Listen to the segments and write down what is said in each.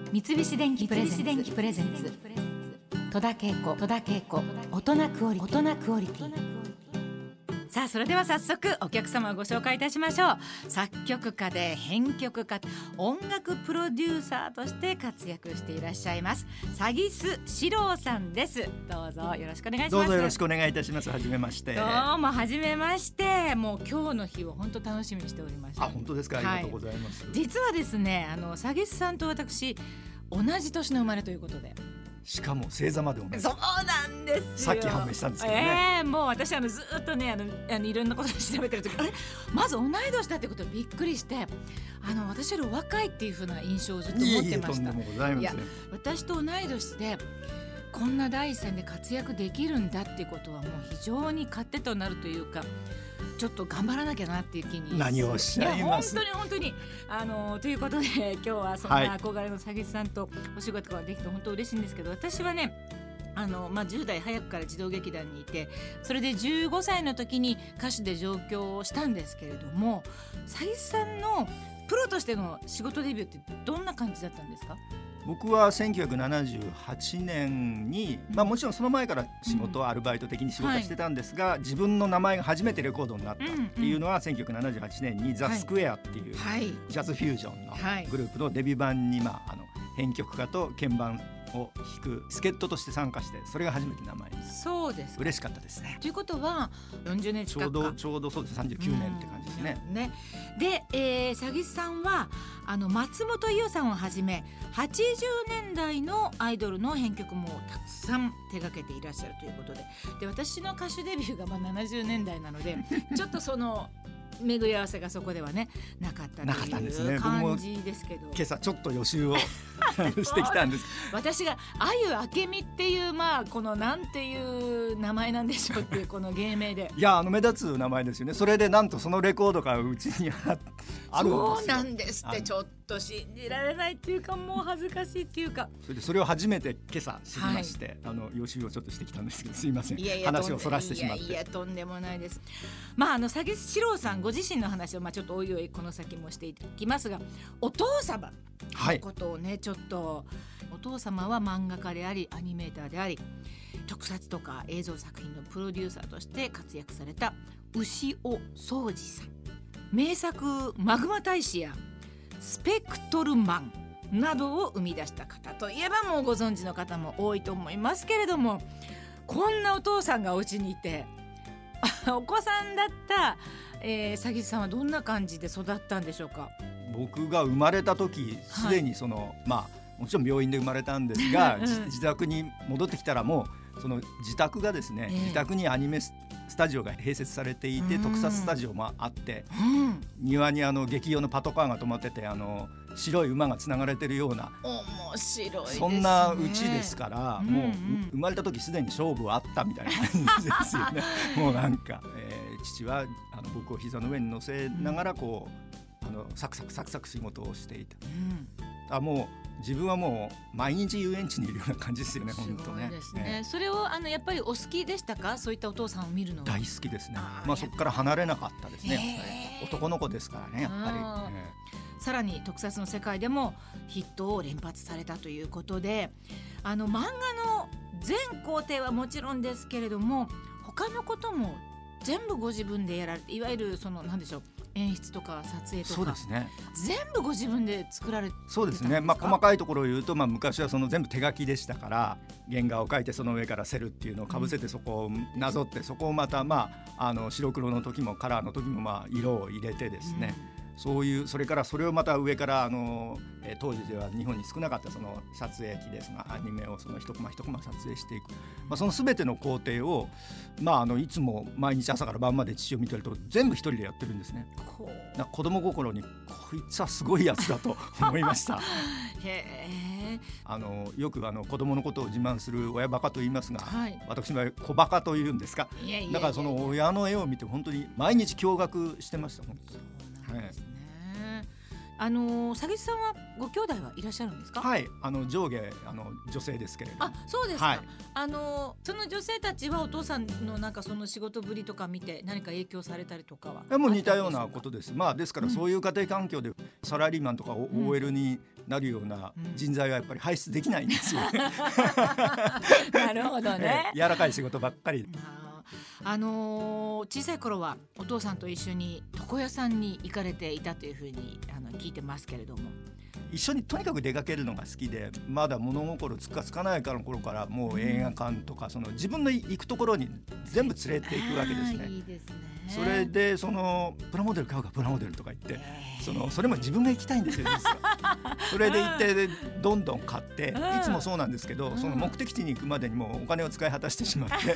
三菱電機プレゼンツ戸田恵子大人クオリティ。さあそれでは早速お客様をご紹介いたしましょう。作曲家で編曲家、音楽プロデューサーとして活躍していらっしゃいますサギス史郎さんです。どうぞよろしくお願いします。 どうぞよろしくお願いいたします。はじめまして。 どうもはじめまして。もう今日の日を本当楽しみにしておりました。 あ、本当ですか。ありがとうございます。 実はですね、サギスさんと私同じ年の生まれということで、 しかも星座まで同じ。 そうなんですよ。 さっき判明したんですけどね。 もう私ずっとねいろんなことを調べてる時、まず同い年だってことにびっくりして、私より若いっていう風な印象をずっと持ってました。 とんでもございません。 いや、私と同い年でこんな第一線で活躍できるんだっていうことはもう非常に勝手となるというか、ちょっと頑張らなきゃなっていう気に。 何をおっしゃいます。 いや本当にということで今日はそんな憧れのサギスさんとお仕事ができて本当嬉しいんですけど、私はね10代早くから児童劇団にいて、それで15歳の時に歌手で上京をしたんですけれども、サギスさんのプロとしての仕事デビューってどんな感じだったんですか？ 僕は1978年に、もちろんその前から仕事はアルバイト的に仕事はしてたんですが、自分の名前が初めてレコードになったっていうのは1978年にザ・スクエアっていうジャズフュージョンのグループのデビュー版に編曲家と鍵盤を弾く助っ人として参加して、それが初めて名前です。 そうです。 嬉しかったですね。 ということは40年近くか、 ちょうどそうです。39年って感じですね。 で、サギスさんは松本伊代さんをはじめ80年代のアイドルの編曲もたくさん手掛けていらっしゃるということで、私の歌手デビューが70年代なのでちょっとその巡り合わせがそこではねなかったという感じですけど、 今朝ちょっと予習をしてきたんです。 私があゆ明美っていうこのなんていう名前なんでしょうっていうこの芸名でいや目立つ名前ですよね。それでなんとそのレコードがうちにあるんですよ。 そうなんですって。ちょっと信じられないっていうか、もう恥ずかしいっていうか、 それを初めて今朝知りまして、予習をちょっとしてきたんですけど、すいません。話をそらしてしまって。 いやとんでもないです。サギス史郎さんご自身の話をちょっとおいおいこの先もしていきますが、お父様のことをね、ちょっとお父様は漫画家でありアニメーターであり、特撮とか映像作品のプロデューサーとして活躍された牛尾壮司さん。名作マグマ大使やスペクトルマンなどを生み出した方といえばもうご存知の方も多いと思いますけれども、こんなお父さんがお家にいてお子さんだった、サギスさんはどんな感じで育ったんでしょうか？ 僕が生まれた時すでにもちろん病院で生まれたんですが、自宅に戻ってきたらもうその自宅がですね、自宅にアニメスタジオが併設されていて、特撮スタジオもあって、庭に劇用のパトカーが止まってて、白い馬がつながれてるような面白いですね。 そんな家ですから、もう生まれた時すでに勝負はあったみたいな感じですよね。もう父は僕を膝の上に乗せながらサクサク仕事をしていた。もう自分はもう毎日遊園地にいるような感じですよね。本当ね。 すごいですね。それをやっぱりお好きでしたか？そういったお父さんを見るのは。 大好きですね。そこから離れなかったですね。男の子ですからね、やっぱり。 さらに特撮の世界でもヒットを連発されたということで、漫画の全工程はもちろんですけれども、他のことも全部ご自分でやられて、いわゆる何でしょう、演出とか撮影とか、 そうですね、 全部ご自分で作られてたんですか？ そうですね。細かいところを言うと、昔は全部手書きでしたから、原画を描いてその上からセルっていうのをかぶせて、そこをなぞって、そこをまた白黒の時もカラーの時も色を入れてですね、それからそれをまた上から当時では日本に少なかったその撮影機でアニメを一コマ一コマ撮影していく、その全ての工程を、いつも毎日朝から晩まで父を見てると全部一人でやってるんですね。子供心にこいつはすごいやつだと思いました。よく子供のことを自慢する親バカと言いますが、私の場合子バカというんですか。だからその親の絵を見て本当に毎日驚愕してました。本当に。 佐木さんはご兄弟はいらっしゃるんですか？ はい、上下女性ですけれども。 あ、そうですか、 はい、 その女性たちはお父さんのなんかその仕事ぶりとか見て何か影響されたりとかは？ もう似たようなことです。まあですからそういう家庭環境でサラリーマンとか OL になるような人材はやっぱり輩出できないんですよ。 なるほどね。 柔らかい仕事ばっかり。 小さい頃はお父さんと一緒に床屋さんに行かれていたというふうに聞いてますけれども、 一緒にとにかく出かけるのが好きで、まだ物心つかないからの頃からもう映画館とか自分の行くところに全部連れていくわけですね。 いいですね。 それでプラモデル買うかプラモデルとか言ってそれも自分が行きたいんですよ実は。それで行ってどんどん買っていつもそうなんですけど、その目的地に行くまでにもうお金を使い果たしてしまって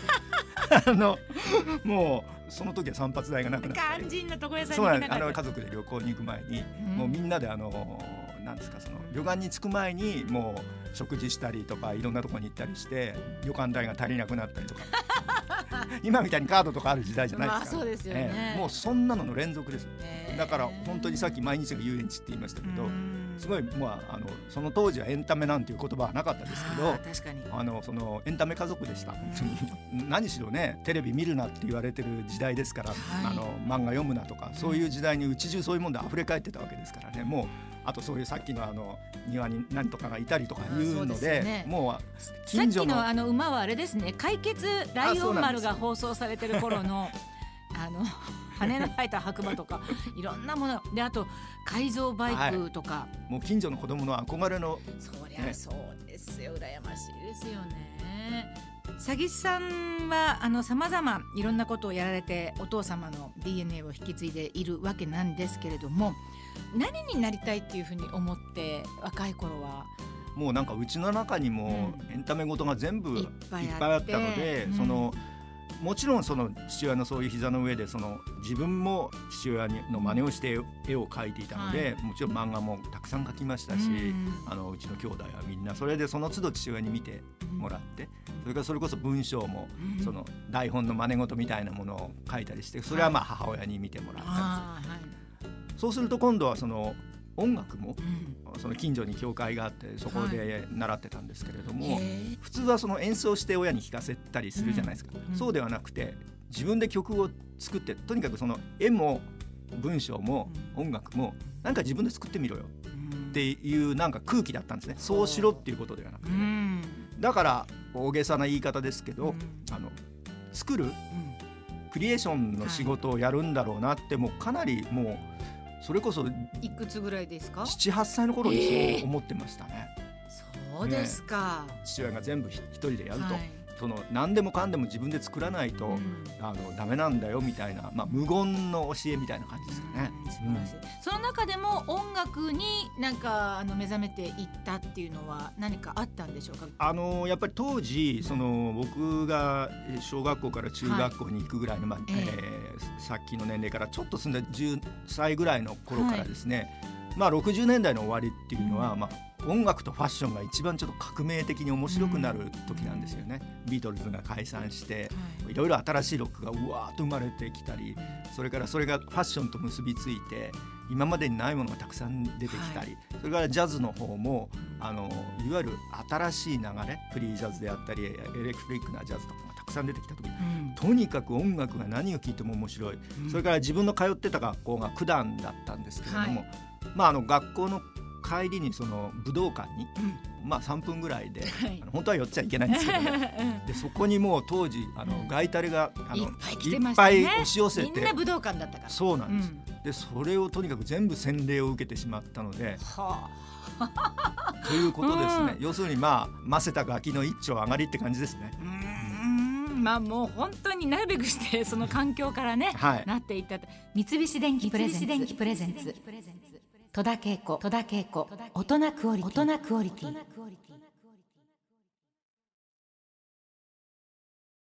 もうその時は散髪代がなくなったり、 肝心な床屋さんに行けなかった。 そうなんです。家族で旅行に行く前に、もうみんなでなんですか、旅館に着く前にもう食事したりとかいろんなところに行ったりして旅館代が足りなくなったりとか今みたいにカードとかある時代じゃないですから、 そうですよね。 もうそんなのの連続です。だから本当にさっき毎日が遊園地って言いましたけど、すごい、その当時はエンタメなんていう言葉はなかったですけど、 確かにそのエンタメ家族でした。本当に何しろね、テレビ見るなって言われてる時代ですから、漫画読むなとかそういう時代にうち中そういうもんで溢れ返ってたわけですからね。もうあとそういうさっきの庭に何とかがいたりとかいうので、もう近所のさっきの馬はあれですね、解決ライオン丸が放送されてる頃の羽の生えた白馬とかいろんなもので、あと改造バイクとか、 もう近所の子供の憧れの、 そりゃそうですよ、羨ましいですよね。佐木さんは様々いろんなことをやられてお父様の DNA を引き継いでいるわけなんですけれども、何になりたいっていうふうに思って若い頃は？ もうなんかうちの中にもエンタメ事が全部いっぱいあったので、もちろんその父親のそういう膝の上で自分も父親の真似をして絵を描いていたので、もちろん漫画もたくさん描きましたし、うちの兄弟はみんなそれでその都度父親に見てもらって、それからそれこそ文章も台本の真似事みたいなものを書いたりして、それは母親に見てもらったりする。そうすると今度は音楽も近所に教会があってそこで習ってたんですけれども、普通は演奏して親に聴かせたりするじゃないですか。そうではなくて自分で曲を作って、とにかく絵も文章も音楽もなんか自分で作ってみろよっていうなんか空気だったんですね。そうしろっていうことではなくて、だから大げさな言い方ですけど、作るクリエーションの仕事をやるんだろうなって、もうかなりもうそれこそいくつぐらいですか ？7、8歳の頃にそう思ってましたね。 そうですか。 父親が全部一人でやると、何でもかんでも自分で作らないと、ダメなんだよみたいな、無言の教えみたいな感じですよね。 素晴らしい。その中でも音楽になんか目覚めていったっていうのは何かあったんでしょうか？ やっぱり当時僕が小学校から中学校に行くぐらいの、さっきの年齢からちょっと進んだ10歳ぐらいの頃からですね、60年代の終わりっていうのは、音楽とファッションが一番ちょっと革命的に面白くなる時なんですよね。ビートルズが解散して、いろいろ新しいロックがうわーっと生まれてきたり、それからそれがファッションと結びついて今までにないものがたくさん出てきたり、それからジャズの方もいわゆる新しい流れ、フリージャズであったりエレクトリックなジャズとかがたくさん出てきた時、とにかく音楽が何を聴いても面白い、それから自分の通ってた学校が九段だったんですけれども、学校の帰りに武道館に、3分ぐらいで、本当は寄っちゃいけないんですけどねでそこにもう当時ガイタレがいっぱい押し寄せて、 みんな武道館だったから。 そうなんです、でそれをとにかく全部洗礼を受けてしまったので、ということですね。要するにませたガキの一丁上がりって感じですね。 もう本当になるべくしてその環境からね、なっていった。三菱電機プレゼンツ戸田恵子大人クオリティ。